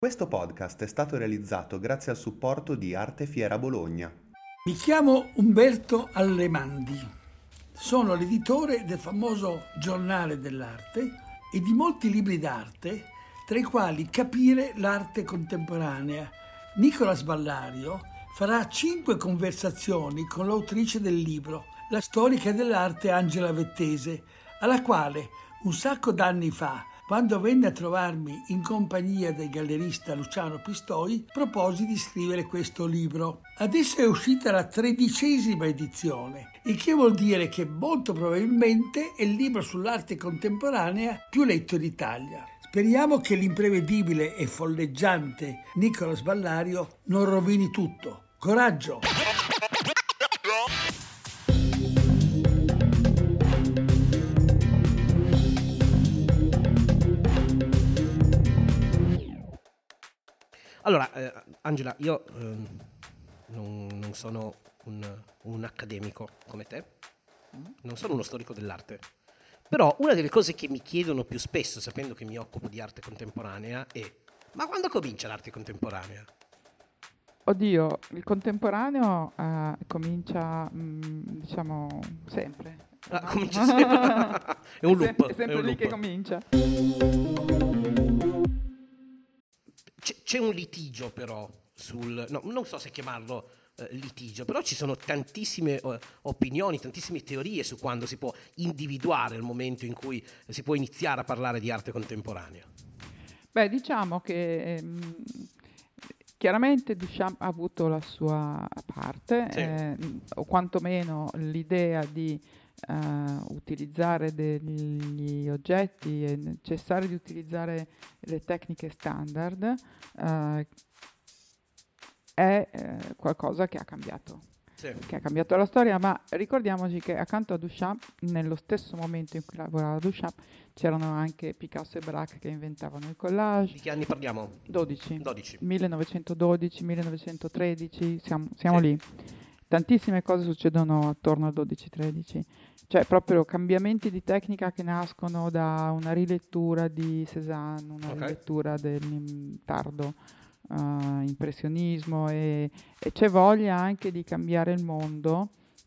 Questo podcast è stato realizzato grazie al supporto di Arte Fiera Bologna. Mi chiamo Umberto Allemandi, sono l'editore del famoso Giornale dell'Arte e di molti libri d'arte, tra i quali Capire l'arte contemporanea. Nicola Sballario farà 5 conversazioni con l'autrice del libro, la storica dell'arte Angela Vettese, alla quale un sacco d'anni fa, quando venne a trovarmi in compagnia del gallerista Luciano Pistoi, proposi di scrivere questo libro. Adesso è uscita la 13ª edizione, il che vuol dire che molto probabilmente è il libro sull'arte contemporanea più letto d'Italia. Speriamo che l'imprevedibile e folleggiante Nicola Sballario non rovini tutto. Coraggio! Allora, Angela, io non sono un accademico come te, non sono uno storico dell'arte, però una delle cose che mi chiedono più spesso, sapendo che mi occupo di arte contemporanea, è: ma quando comincia l'arte contemporanea? Oddio, il contemporaneo comincia, diciamo, sempre. Ah, comincia sempre. È un loop. È sempre un lì loop. che comincia. C'è un litigio però no, non so se chiamarlo litigio, però ci sono tantissime opinioni, tantissime teorie su quando si può individuare il momento in cui si può iniziare a parlare di arte contemporanea. Beh, diciamo che chiaramente Duchamp ha avuto la sua parte, Sì. o quantomeno l'idea di utilizzare degli oggetti e cessare di utilizzare le tecniche standard è qualcosa che ha cambiato. Sì. Che ha cambiato la storia, ma ricordiamoci che accanto a Duchamp, nello stesso momento in cui lavorava Duchamp, c'erano anche Picasso e Braque che inventavano il collage. Di che anni parliamo? 12. 12. 1912, 1913, siamo Sì. lì. Tantissime cose succedono attorno al 12-13, cioè proprio cambiamenti di tecnica che nascono da una rilettura di Cézanne, una rilettura del tardo impressionismo e c'è voglia anche di cambiare il mondo.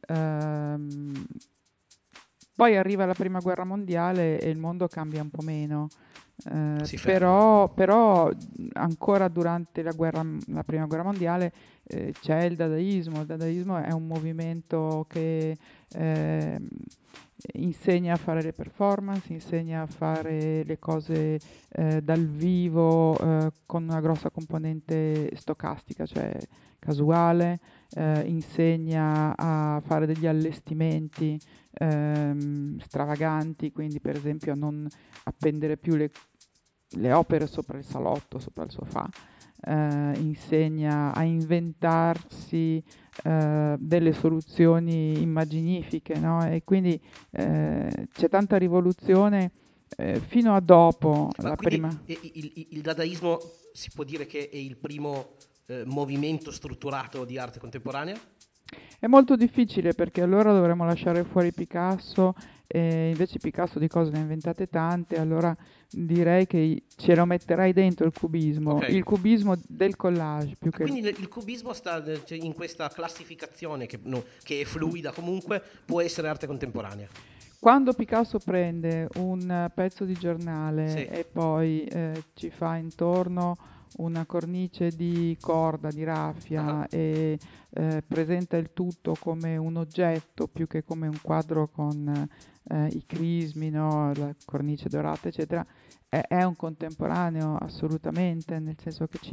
Poi arriva la prima guerra mondiale e il mondo cambia un po' meno. Si ferma. Però ancora durante la prima guerra mondiale c'è il dadaismo. Il dadaismo è un movimento che insegna a fare le performance, insegna a fare le cose dal vivo con una grossa componente stocastica, cioè casuale, insegna a fare degli allestimenti stravaganti, quindi per esempio a non appendere più le opere sopra il salotto, sopra il sofà, insegna a inventarsi delle soluzioni immaginifiche, no? E quindi c'è tanta rivoluzione fino a dopo Ma la quindi prima. il dadaismo si può dire che è il primo movimento strutturato di arte contemporanea? È molto difficile perché allora dovremmo lasciare fuori Picasso e invece Picasso di cose ne ha inventate tante, allora direi che ce lo metterei dentro il cubismo, Ok. il cubismo del collage più che... Quindi il cubismo sta cioè, in questa classificazione che è fluida comunque, può essere arte contemporanea. Quando Picasso prende un pezzo di giornale Sì. e poi ci fa intorno una cornice di corda, di raffia e presenta il tutto come un oggetto più che come un quadro con i crismi, no? La cornice dorata, eccetera, è un contemporaneo assolutamente, nel senso che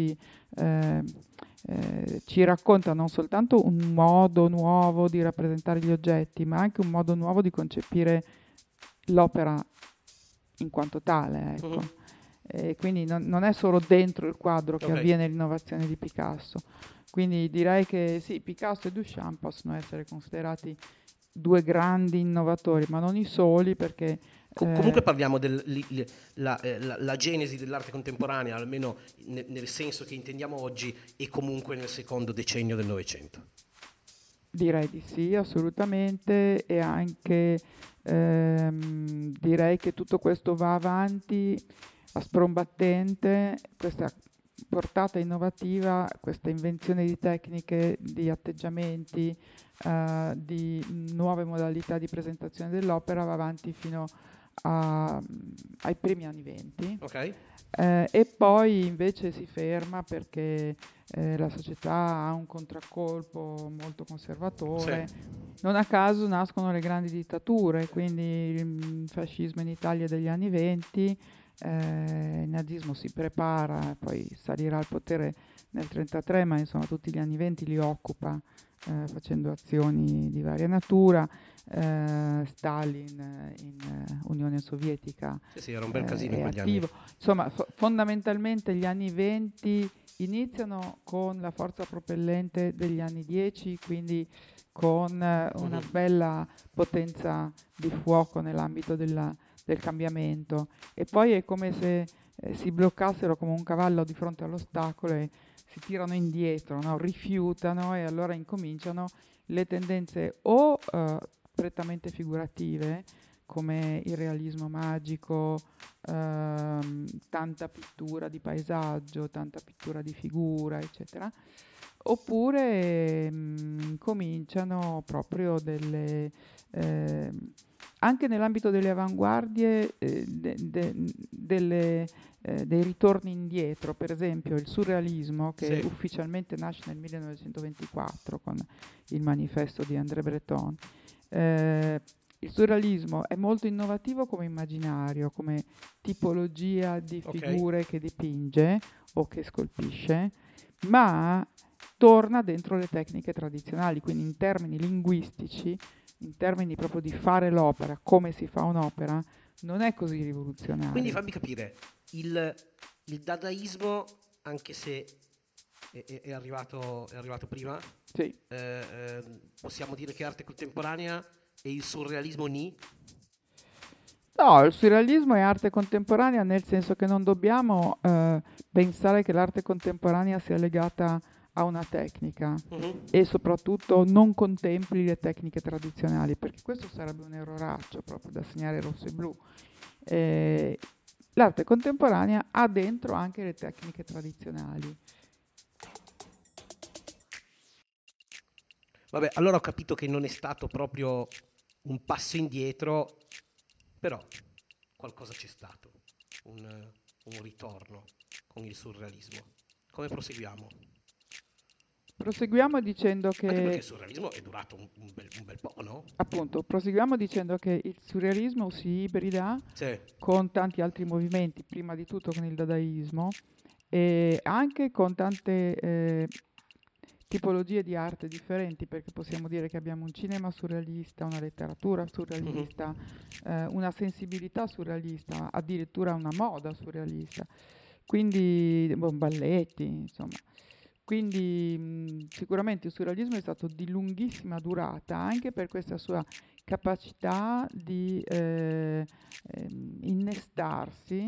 ci racconta non soltanto un modo nuovo di rappresentare gli oggetti, ma anche un modo nuovo di concepire l'opera in quanto tale, ecco. Mhm. E quindi non è solo dentro il quadro che Ok. avviene l'innovazione di Picasso. Quindi direi che sì, Picasso e Duchamp possono essere considerati due grandi innovatori, ma non i soli, perché Comunque parliamo della genesi dell'arte contemporanea, almeno nel senso che intendiamo oggi, e comunque nel secondo decennio del Novecento. direi di sì, assolutamente, e anche direi che tutto questo va avanti a sprombattente, questa portata innovativa, questa invenzione di tecniche, di atteggiamenti, di nuove modalità di presentazione dell'opera va avanti fino ai primi anni 20. Ok. E poi invece si ferma perché la società ha un contraccolpo molto conservatore. Non a caso nascono le grandi dittature, quindi il fascismo in Italia degli anni 20, il nazismo si prepara, poi salirà al potere nel 1933, ma insomma tutti gli anni 20 li occupa facendo azioni di varia natura. Stalin in Unione Sovietica Sì, era un bel casino in è quegli attivo. anni. Insomma, fondamentalmente gli anni 20 iniziano con la forza propellente degli anni 10, quindi con una bella potenza di fuoco nell'ambito del cambiamento, e poi è come se si bloccassero come un cavallo di fronte all'ostacolo e si tirano indietro, no? Rifiutano, e allora incominciano le tendenze o prettamente figurative, come il realismo magico, tanta pittura di paesaggio, tanta pittura di figura, eccetera, oppure cominciano proprio delle anche nell'ambito delle avanguardie dei ritorni indietro. Per esempio il surrealismo, che ufficialmente nasce nel 1924 con il manifesto di André Breton. Il surrealismo è molto innovativo come immaginario, come tipologia di figure che dipinge o che scolpisce, ma torna dentro le tecniche tradizionali, quindi in termini linguistici, in termini proprio di fare l'opera, come si fa un'opera, non è così rivoluzionario. Quindi fammi capire, il dadaismo, anche se è arrivato prima, sì. Possiamo dire che è arte contemporanea, e il surrealismo ni? No, il surrealismo è arte contemporanea, nel senso che non dobbiamo pensare che l'arte contemporanea sia legata a una tecnica e soprattutto non contempli le tecniche tradizionali, perché questo sarebbe un erroraccio proprio da segnare rosso e blu. L'arte contemporanea ha dentro anche le tecniche tradizionali. Vabbè, allora ho capito che non è stato proprio un passo indietro, però qualcosa c'è stato, un ritorno con il surrealismo. Come proseguiamo? Proseguiamo dicendo che... Anche perché il surrealismo è durato un bel po', no? Appunto, proseguiamo dicendo che il surrealismo si ibrida con tanti altri movimenti, prima di tutto con il dadaismo, e anche con tante tipologie di arte differenti, perché possiamo dire che abbiamo un cinema surrealista, una letteratura surrealista, una sensibilità surrealista, addirittura una moda surrealista, quindi balletti, insomma. Quindi sicuramente il surrealismo è stato di lunghissima durata, anche per questa sua capacità di innestarsi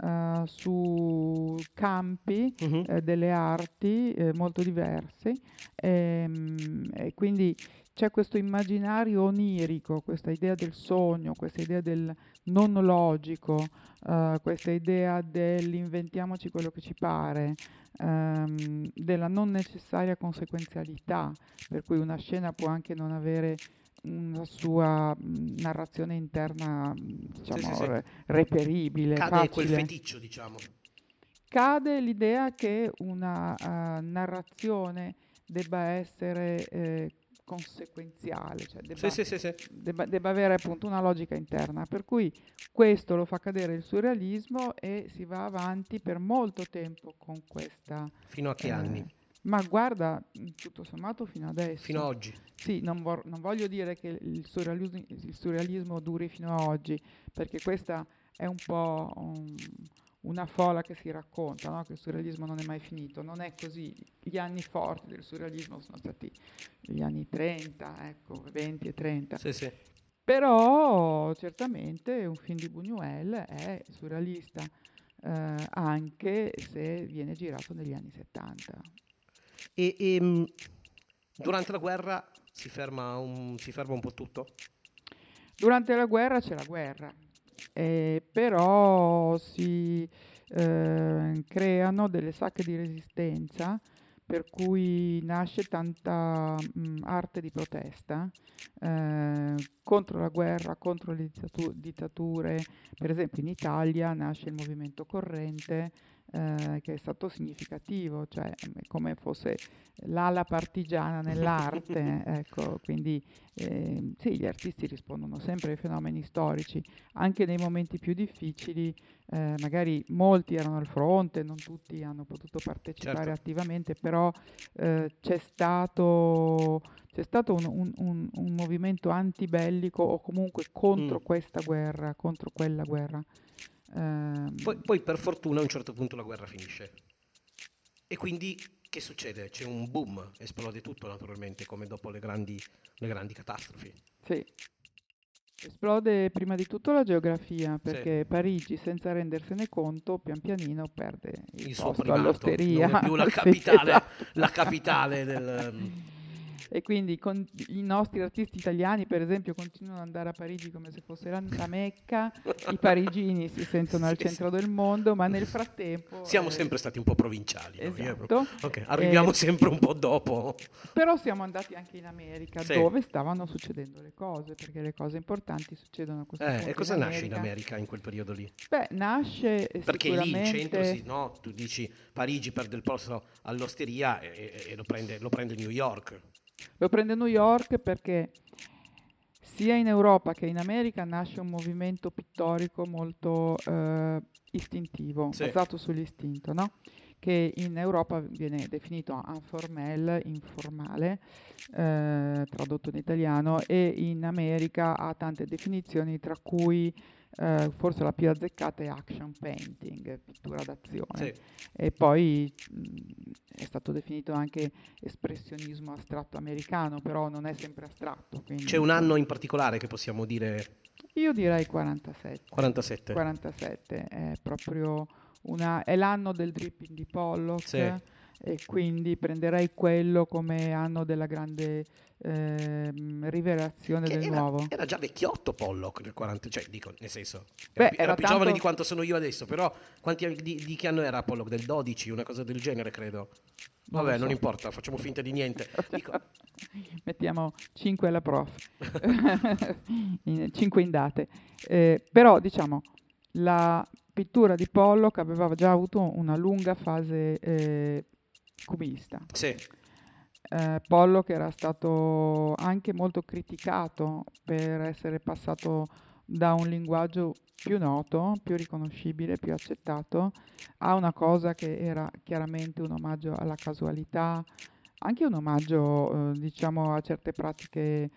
su campi delle arti molto diversi, e quindi c'è questo immaginario onirico, questa idea del sogno, questa idea del non logico, questa idea dell'inventiamoci quello che ci pare, della non necessaria conseguenzialità, per cui una scena può anche non avere una sua narrazione interna, diciamo, reperibile, cade facile. Quel feticcio, diciamo. Cade l'idea che una narrazione debba essere conseguenziale, cioè debba avere appunto una logica interna, per cui questo lo fa cadere il surrealismo e si va avanti per molto tempo con questa... Fino a che anni? Ma guarda, tutto sommato fino adesso. Fino ad oggi? Sì, non voglio dire che il surrealismo duri fino a oggi, perché questa è un po' una fola che si racconta, no? Che il surrealismo non è mai finito. Non è così. Gli anni forti del surrealismo sono stati gli anni 30, ecco, 20 e 30. Sì. Però certamente un film di Buñuel è surrealista, anche se viene girato negli anni 70. E durante la guerra si ferma un po' tutto? Durante la guerra c'è la guerra, però creano delle sacche di resistenza, per cui nasce tanta arte di protesta contro la guerra, contro le dittature. Per esempio in Italia nasce il movimento corrente, che è stato significativo, cioè come fosse l'ala partigiana nell'arte, ecco, quindi sì, gli artisti rispondono sempre ai fenomeni storici, anche nei momenti più difficili. Magari molti erano al fronte, non tutti hanno potuto partecipare Certo. attivamente, però c'è stato un movimento antibellico o comunque contro questa guerra, contro quella guerra. Poi per fortuna a un certo punto la guerra finisce. E quindi che succede? C'è un boom, esplode tutto naturalmente, come dopo le grandi catastrofi. Sì. Esplode prima di tutto la geografia, perché Parigi, senza rendersene conto, pian pianino perde il suo posto primato, all'osteria. non è più la Sì, capitale, esatto. la capitale del... E quindi i nostri artisti italiani, per esempio, continuano ad andare a Parigi come se fosse la Mecca, i parigini si sentono al centro del mondo, ma nel frattempo... Siamo sempre stati un po' provinciali. Esatto. Ok, arriviamo sempre un po' dopo. Però siamo andati anche in America, Sì. dove stavano succedendo le cose, perché le cose importanti succedono a questo punto E cosa in nasce in America in quel periodo lì? Beh, nasce Perché lì in sicuramente... centro, no, tu dici Parigi perde il posto all'osteria e lo prende New York. Lo prende New York perché sia in Europa che in America nasce un movimento pittorico molto istintivo, Sì. basato sull'istinto, no? Che in Europa viene definito informel, informale, tradotto in italiano, e in America ha tante definizioni, tra cui forse la più azzeccata è action painting, pittura d'azione. Sì. E poi è stato definito anche espressionismo astratto americano, però non è sempre astratto. Quindi, C'è un anno in particolare che possiamo dire? Io direi 47. 47. 47 è proprio è l'anno del dripping di Pollock, Sì. e quindi prenderei quello come anno della grande rivelazione del nuovo. Era già vecchiotto Pollock nel 40, cioè dico, nel senso, Beh, era più giovane tanto- di quanto sono io adesso, però di che anno era Pollock? Del 12, una cosa del genere credo. Non Vabbè, lo so. non importa, facciamo finta di niente. Dico, Mettiamo 5 alla prof, 5 in date. Però diciamo, la pittura di Pollock aveva già avuto una lunga fase cubista. sì, Pollock era stato anche molto criticato per essere passato da un linguaggio più noto, più riconoscibile, più accettato, a una cosa che era chiaramente un omaggio alla casualità, anche un omaggio, diciamo, a certe pratiche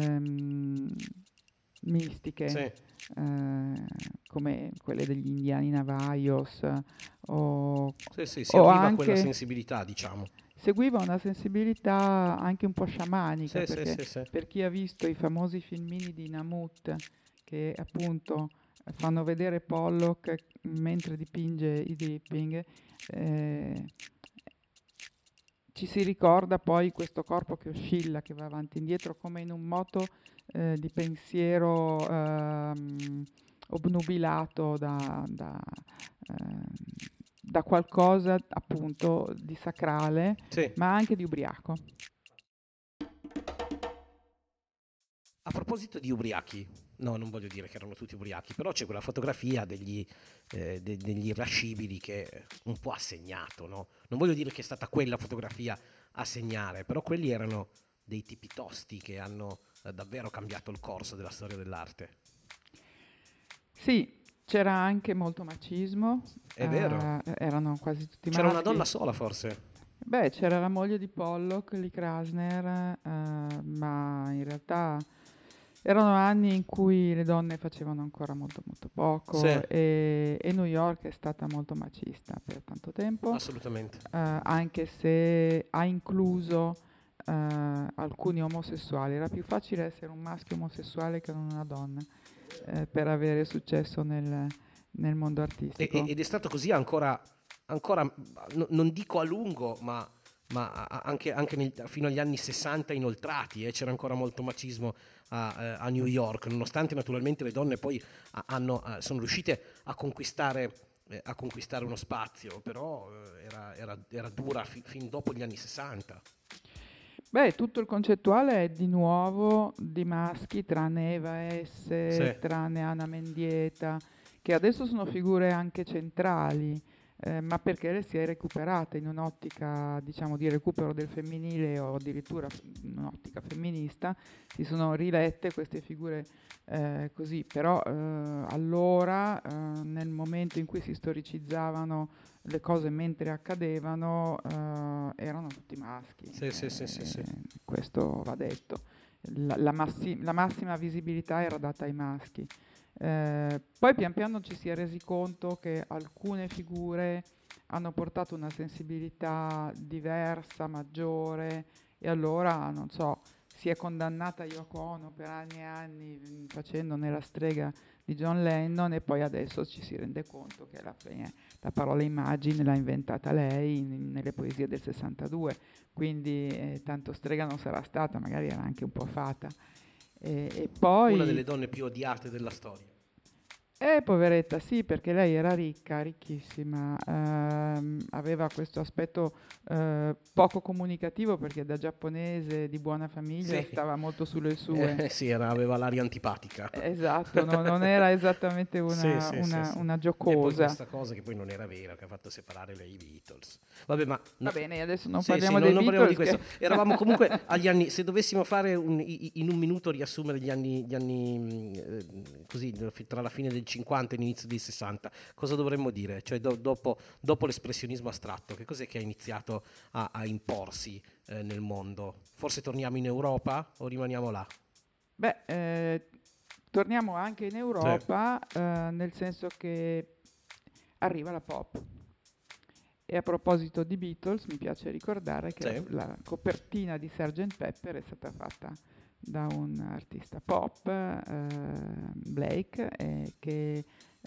mistiche, sì. come quelle degli indiani Navajos, o Sì, si o arriva a anche quella sensibilità, diciamo. seguiva una sensibilità anche un po' sciamanica, Sì, perché sì. per chi ha visto i famosi filmini di Namut, che appunto fanno vedere Pollock mentre dipinge i dripping, ci si ricorda poi questo corpo che oscilla, che va avanti e indietro, come in un moto di pensiero obnubilato da qualcosa appunto di sacrale, Sì. ma anche di ubriaco. A proposito di ubriachi, no, non voglio dire che erano tutti ubriachi, però c'è quella fotografia degli irascibili che un po' ha segnato, no? Non voglio dire che è stata quella fotografia a segnare, però quelli erano dei tipi tosti che hanno davvero cambiato il corso della storia dell'arte. Sì, c'era anche molto macismo. È vero. Erano quasi tutti C'era una maschi. donna sola forse. Beh, c'era la moglie di Pollock, Lee Krasner, ma in realtà erano anni in cui le donne facevano ancora molto molto poco, Sì. e New York è stata molto macista per tanto tempo, Assolutamente. anche se ha incluso alcuni omosessuali. Era più facile essere un maschio omosessuale che non una donna per avere successo nel mondo artistico. Ed è stato così ancora non dico a lungo, ma anche fino agli anni 60 inoltrati, c'era ancora molto macismo a New York, nonostante naturalmente le donne poi sono riuscite a conquistare a conquistare uno spazio, però era dura fin dopo gli anni 60. Beh, tutto il concettuale è di nuovo di maschi, tranne Eva S, Sì. tranne Anna Mendieta, che adesso sono figure anche centrali, ma perché le si è recuperata in un'ottica, diciamo, di recupero del femminile o addirittura in un'ottica femminista, si sono rilette queste figure così, però allora, nel momento in cui si storicizzavano le cose mentre accadevano, erano tutti maschi. Sì. Questo va detto. La massima visibilità era data ai maschi. Poi pian piano ci si è resi conto che alcune figure hanno portato una sensibilità diversa, maggiore, e allora, non so, si è condannata Yoko Ono per anni e anni facendone la strega di John Lennon, e poi adesso ci si rende conto che alla fine la parola immagine l'ha inventata lei nelle poesie del 62, quindi tanto strega non sarà stata, magari era anche un po' fata. E poi Una delle donne più odiate della storia. Poveretta, sì, perché lei era ricca, ricchissima, aveva questo aspetto poco comunicativo, perché da giapponese di buona famiglia Sì. stava molto sulle sue. Sì, aveva l'aria antipatica. Esatto, non era esattamente una Sì. una E poi giocosa. questa cosa che poi non era vera, che ha fatto separare lei i Beatles. Vabbè, ma Va bene, adesso non sì, parliamo sì, dei non parliamo di Beatles, questo. Eravamo comunque agli anni. Se dovessimo fare in un minuto riassumere gli anni così, tra la fine del 50 e l'inizio dei 60, cosa dovremmo dire? Cioè, dopo l'espressionismo astratto, che cos'è che ha iniziato a imporsi nel mondo? Forse torniamo in Europa o rimaniamo là? Beh, torniamo anche in Europa, nel senso che arriva la pop. E a proposito di Beatles, mi piace ricordare che Sì. la copertina di Sgt. Pepper è stata fatta da un artista pop, Blake, e che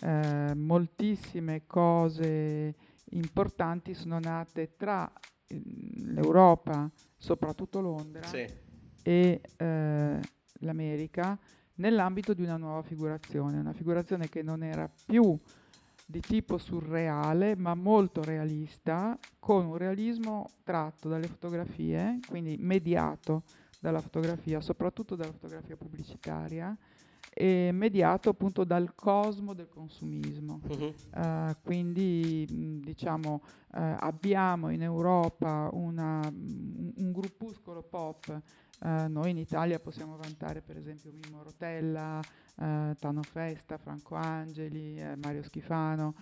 moltissime cose importanti sono nate tra l'Europa, soprattutto Londra, Sì. e l'America, nell'ambito di una nuova figurazione, una figurazione che non era più di tipo surreale, ma molto realista, con un realismo tratto dalle fotografie, quindi mediato dalla fotografia, soprattutto dalla fotografia pubblicitaria, e mediato appunto dal cosmo del consumismo. Quindi diciamo abbiamo in Europa un gruppuscolo pop. Noi in Italia possiamo vantare per esempio Mimmo Rotella, Tano Festa, Franco Angeli, Mario Schifano.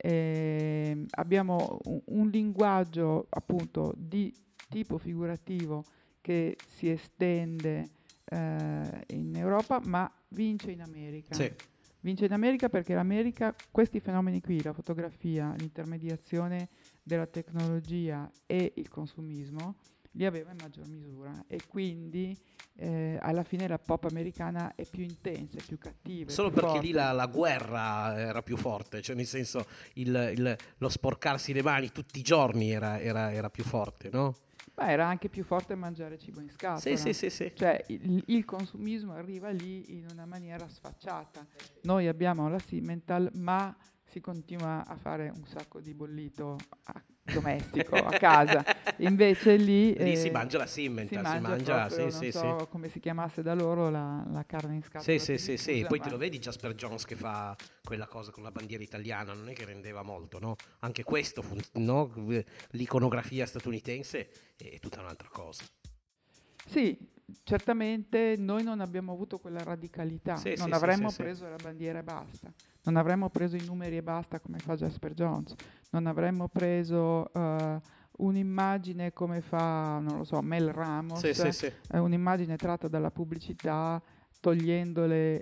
Abbiamo un linguaggio appunto di tipo figurativo che si estende in Europa, ma vince in America. Sì. Vince in America perché l'America, questi fenomeni qui, la fotografia, l'intermediazione della tecnologia e il consumismo, li aveva in maggior misura, e quindi alla fine la pop americana è più intensa, è più cattiva. Solo più perché forte. lì la guerra era più forte, cioè nel senso lo sporcarsi le mani tutti i giorni era più forte, no? Beh, era anche più forte mangiare cibo in scatola. Sì. Cioè il consumismo arriva lì in una maniera sfacciata. Noi abbiamo la Simmental, ma si continua a fare un sacco di bollito domestico a casa. Invece lì si mangia la Simmental, si mangia proprio, sì. non so come si chiamasse da loro la carne in scatola. Sì. Poi te lo vedi Jasper Jones che fa quella cosa con la bandiera italiana, non è che rendeva molto, no? Anche questo, no? L'iconografia statunitense è tutta un'altra cosa. Sì, certamente noi non abbiamo avuto quella radicalità, non avremmo preso la bandiera e basta, non avremmo preso i numeri e basta come fa Jasper Jones, non avremmo preso un'immagine come fa, non lo so, Mel Ramos, un'immagine tratta dalla pubblicità, togliendole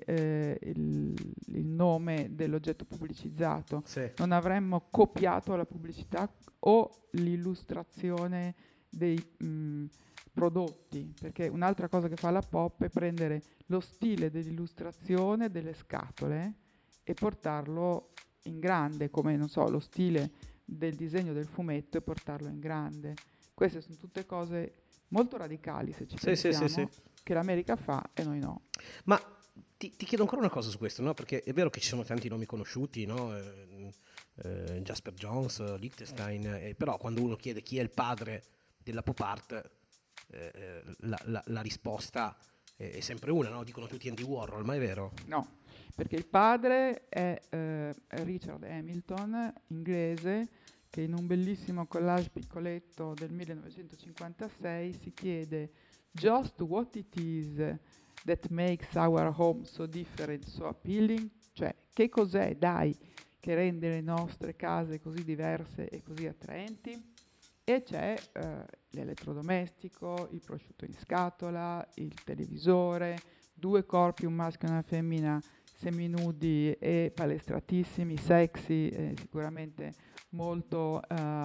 il nome dell'oggetto pubblicizzato, non avremmo copiato la pubblicità o l'illustrazione dei prodotti, perché un'altra cosa che fa la pop è prendere lo stile dell'illustrazione delle scatole e portarlo in grande, come non so, lo stile del disegno del fumetto e portarlo in grande. Queste sono tutte cose molto radicali, se ci pensiamo, che l'America fa e noi no. Ma ti chiedo ancora una cosa su questo, no? Perché è vero che ci sono tanti nomi conosciuti, no? Jasper Jones, Liechtenstein, però quando uno chiede chi è il padre della pop art, la risposta è sempre una, no? Dicono tutti Andy Warhol, ma è vero? No, perché il padre è Richard Hamilton, inglese, che in un bellissimo collage piccoletto del 1956 si chiede "Just what it is that makes our home so different, so appealing?", cioè che cos'è, dai, che rende le nostre case così diverse e così attraenti? E c'è l'elettrodomestico, il prosciutto in scatola, il televisore, 2 corpi, un maschio e una femmina seminudi e palestratissimi, sexy, sicuramente molto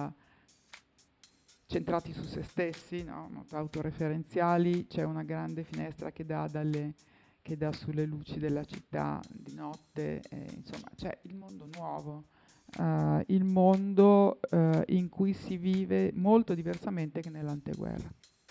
centrati su se stessi, no? Molto autoreferenziali. C'è una grande finestra che dà sulle luci della città di notte, insomma c'è il mondo nuovo, il mondo in cui si vive molto diversamente che nell'anteguerra.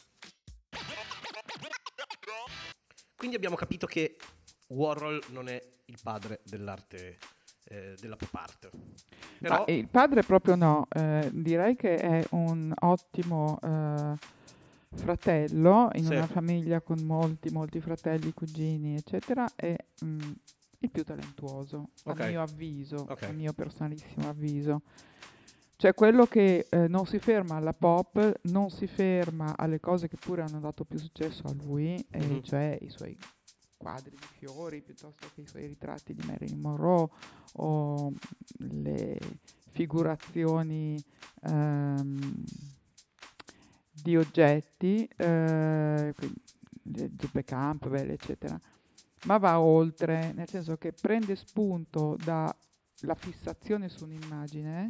Quindi abbiamo capito che Warhol non è il padre dell'arte, della pop art. Però Il padre proprio no, direi che è un ottimo fratello in Sì. una famiglia con molti fratelli, cugini, eccetera, è il più talentuoso, Ok. a mio avviso, Ok. a mio personalissimo avviso. Cioè quello che non si ferma alla pop, non si ferma alle cose che pure hanno dato più successo a lui, Mhm. cioè i suoi quadri di fiori piuttosto che i suoi ritratti di Marilyn Monroe o le figurazioni di oggetti, quindi Giuseppe Campbell, eccetera, ma va oltre, nel senso che prende spunto dalla fissazione su un'immagine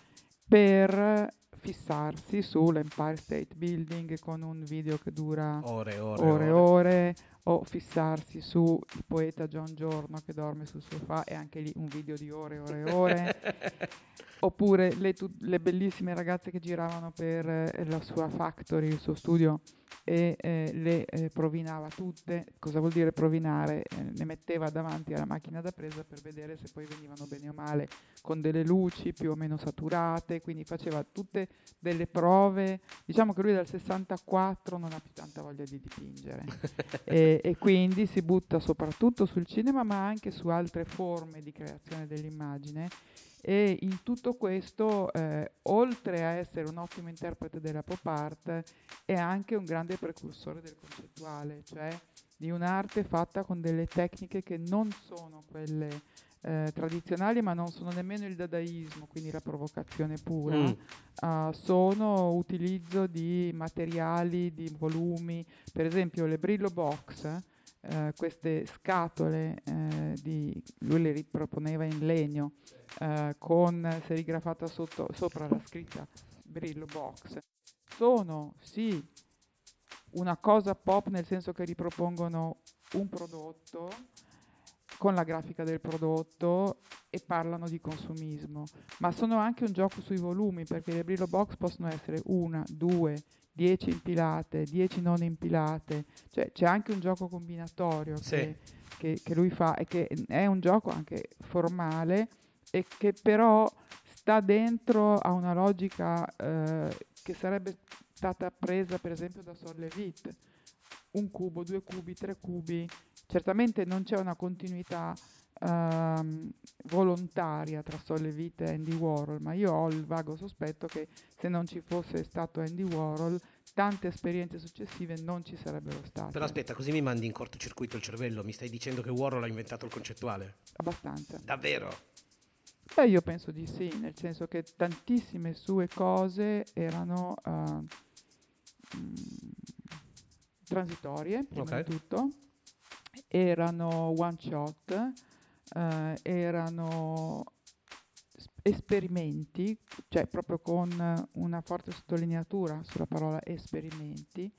per fissarsi sull'Empire State Building con un video che dura ore. ore, o fissarsi sul poeta John Giorno che dorme sul sofà e anche lì un video di ore, oppure le bellissime ragazze che giravano per la sua factory, il suo studio, e le provinava tutte. Cosa vuol dire provinare? Le metteva davanti alla macchina da presa per vedere se poi venivano bene o male, con delle luci più o meno saturate, quindi faceva tutte delle prove. Diciamo che lui dal 64 non ha più tanta voglia di dipingere e quindi si butta soprattutto sul cinema, ma anche su altre forme di creazione dell'immagine. E in tutto questo, oltre a essere un ottimo interprete della pop art, è anche un grande precursore del concettuale, cioè di un'arte fatta con delle tecniche che non sono quelle tradizionali, ma non sono nemmeno il dadaismo, quindi la provocazione pura, sono utilizzo di materiali, di volumi, per esempio le Brillo Box, queste scatole, lui le riproponeva in legno, con serigrafata sopra la scritta Brillo Box, sono sì una cosa pop, nel senso che ripropongono un prodotto con la grafica del prodotto e parlano di consumismo, ma sono anche un gioco sui volumi, perché le Brillo Box possono essere 1, 2, 10 impilate, 10 non impilate, cioè c'è anche un gioco combinatorio Sì. che lui fa, e che è un gioco anche formale e che però sta dentro a una logica che sarebbe stata presa per esempio da Sol Levitt, 1 cubo, 2 cubi, 3 cubi. Certamente non c'è una continuità volontaria tra Sol Levitt e Andy Warhol, ma io ho il vago sospetto che se non ci fosse stato Andy Warhol, tante esperienze successive non ci sarebbero state. Però aspetta, così mi mandi in cortocircuito il cervello. Mi stai dicendo che Warhol ha inventato il concettuale? Abbastanza. Davvero? Beh, io penso di sì, nel senso che tantissime sue cose erano transitorie, prima Ok. di tutto, erano one shot, erano esperimenti, cioè proprio con una forte sottolineatura sulla parola esperimenti,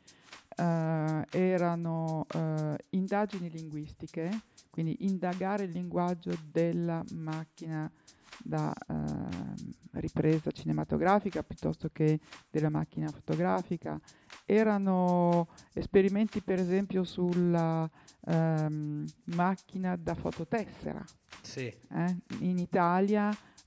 erano indagini linguistiche, quindi indagare il linguaggio della macchina da ripresa cinematografica piuttosto che della macchina fotografica. Erano esperimenti per esempio sulla macchina da fototessera. Sì. In Italia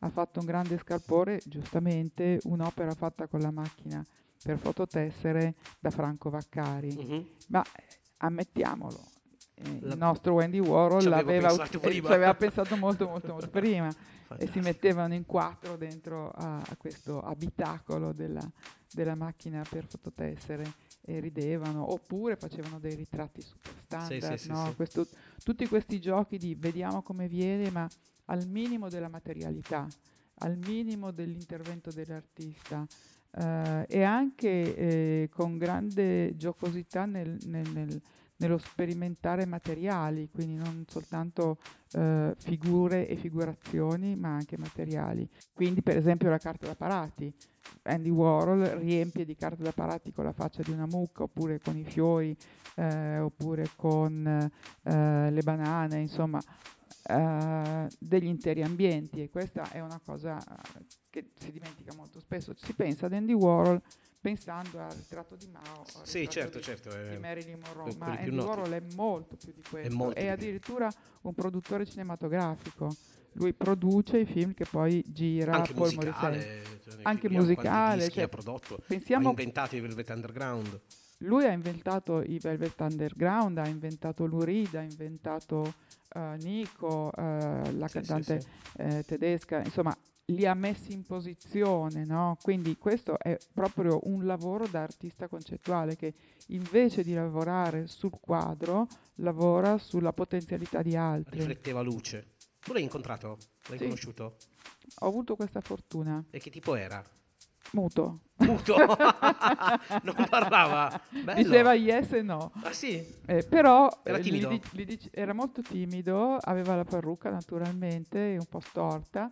ha fatto un grande scalpore, giustamente, un'opera fatta con la macchina per fototessere da Franco Vaccari. Mhm. Ma ammettiamolo, La- il nostro Andy Warhol Ci aveva pensato ci prima. aveva pensato molto prima, e si Fantastico. mettevano in quattro dentro a questo abitacolo della macchina per fototessere e ridevano, oppure facevano dei ritratti super standard, sì, no? sì. Tutti questi giochi di vediamo come viene, ma al minimo della materialità, al minimo dell'intervento dell'artista, e anche con grande giocosità nello sperimentare materiali, quindi non soltanto figure e figurazioni, ma anche materiali. Quindi, per esempio, la carta da parati. Andy Warhol riempie di carte da parati con la faccia di una mucca, oppure con i fiori, oppure con le banane, insomma, degli interi ambienti, e questa è una cosa che si dimentica molto spesso. Si pensa ad Andy Warhol pensando al ritratto di Mao, al Sì, ritratto certo. di Marilyn Monroe, quelli ma più Andy noti. Warhol è molto più di questo, molto è di più. addirittura un produttore cinematografico. Lui produce i film che poi gira Anche Paul musicale, Morrissey. cioè, Anche figuriamo quanti musicale, dischi cioè, ha prodotto, ha pensiamo, inventato i Velvet Underground. lui ha inventato i Velvet Underground, ha inventato Lou Reed, ha inventato Nico, la cantante tedesca, insomma, li ha messi in posizione, no? Quindi questo è proprio un lavoro da artista concettuale, che invece di lavorare sul quadro lavora sulla potenzialità di altri. Rifletteva luce. Tu l'hai incontrato? L'hai Sì. conosciuto? Ho avuto questa fortuna. E che tipo era? Muto. Muto? Non parlava? Bello. Diceva yes e no. Ah sì? Però Era timido? era molto timido, aveva la parrucca naturalmente, un po' storta.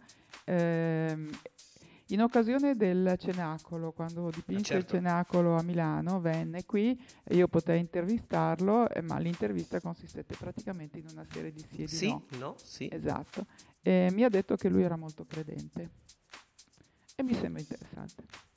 In occasione del Cenacolo, quando dipinse il Cenacolo a Milano, venne qui e io potei intervistarlo, ma l'intervista consistette praticamente in una serie di sì e di Sì? no. No? Sì? Esatto. E mi ha detto che lui era molto credente. E mi sembra interessante.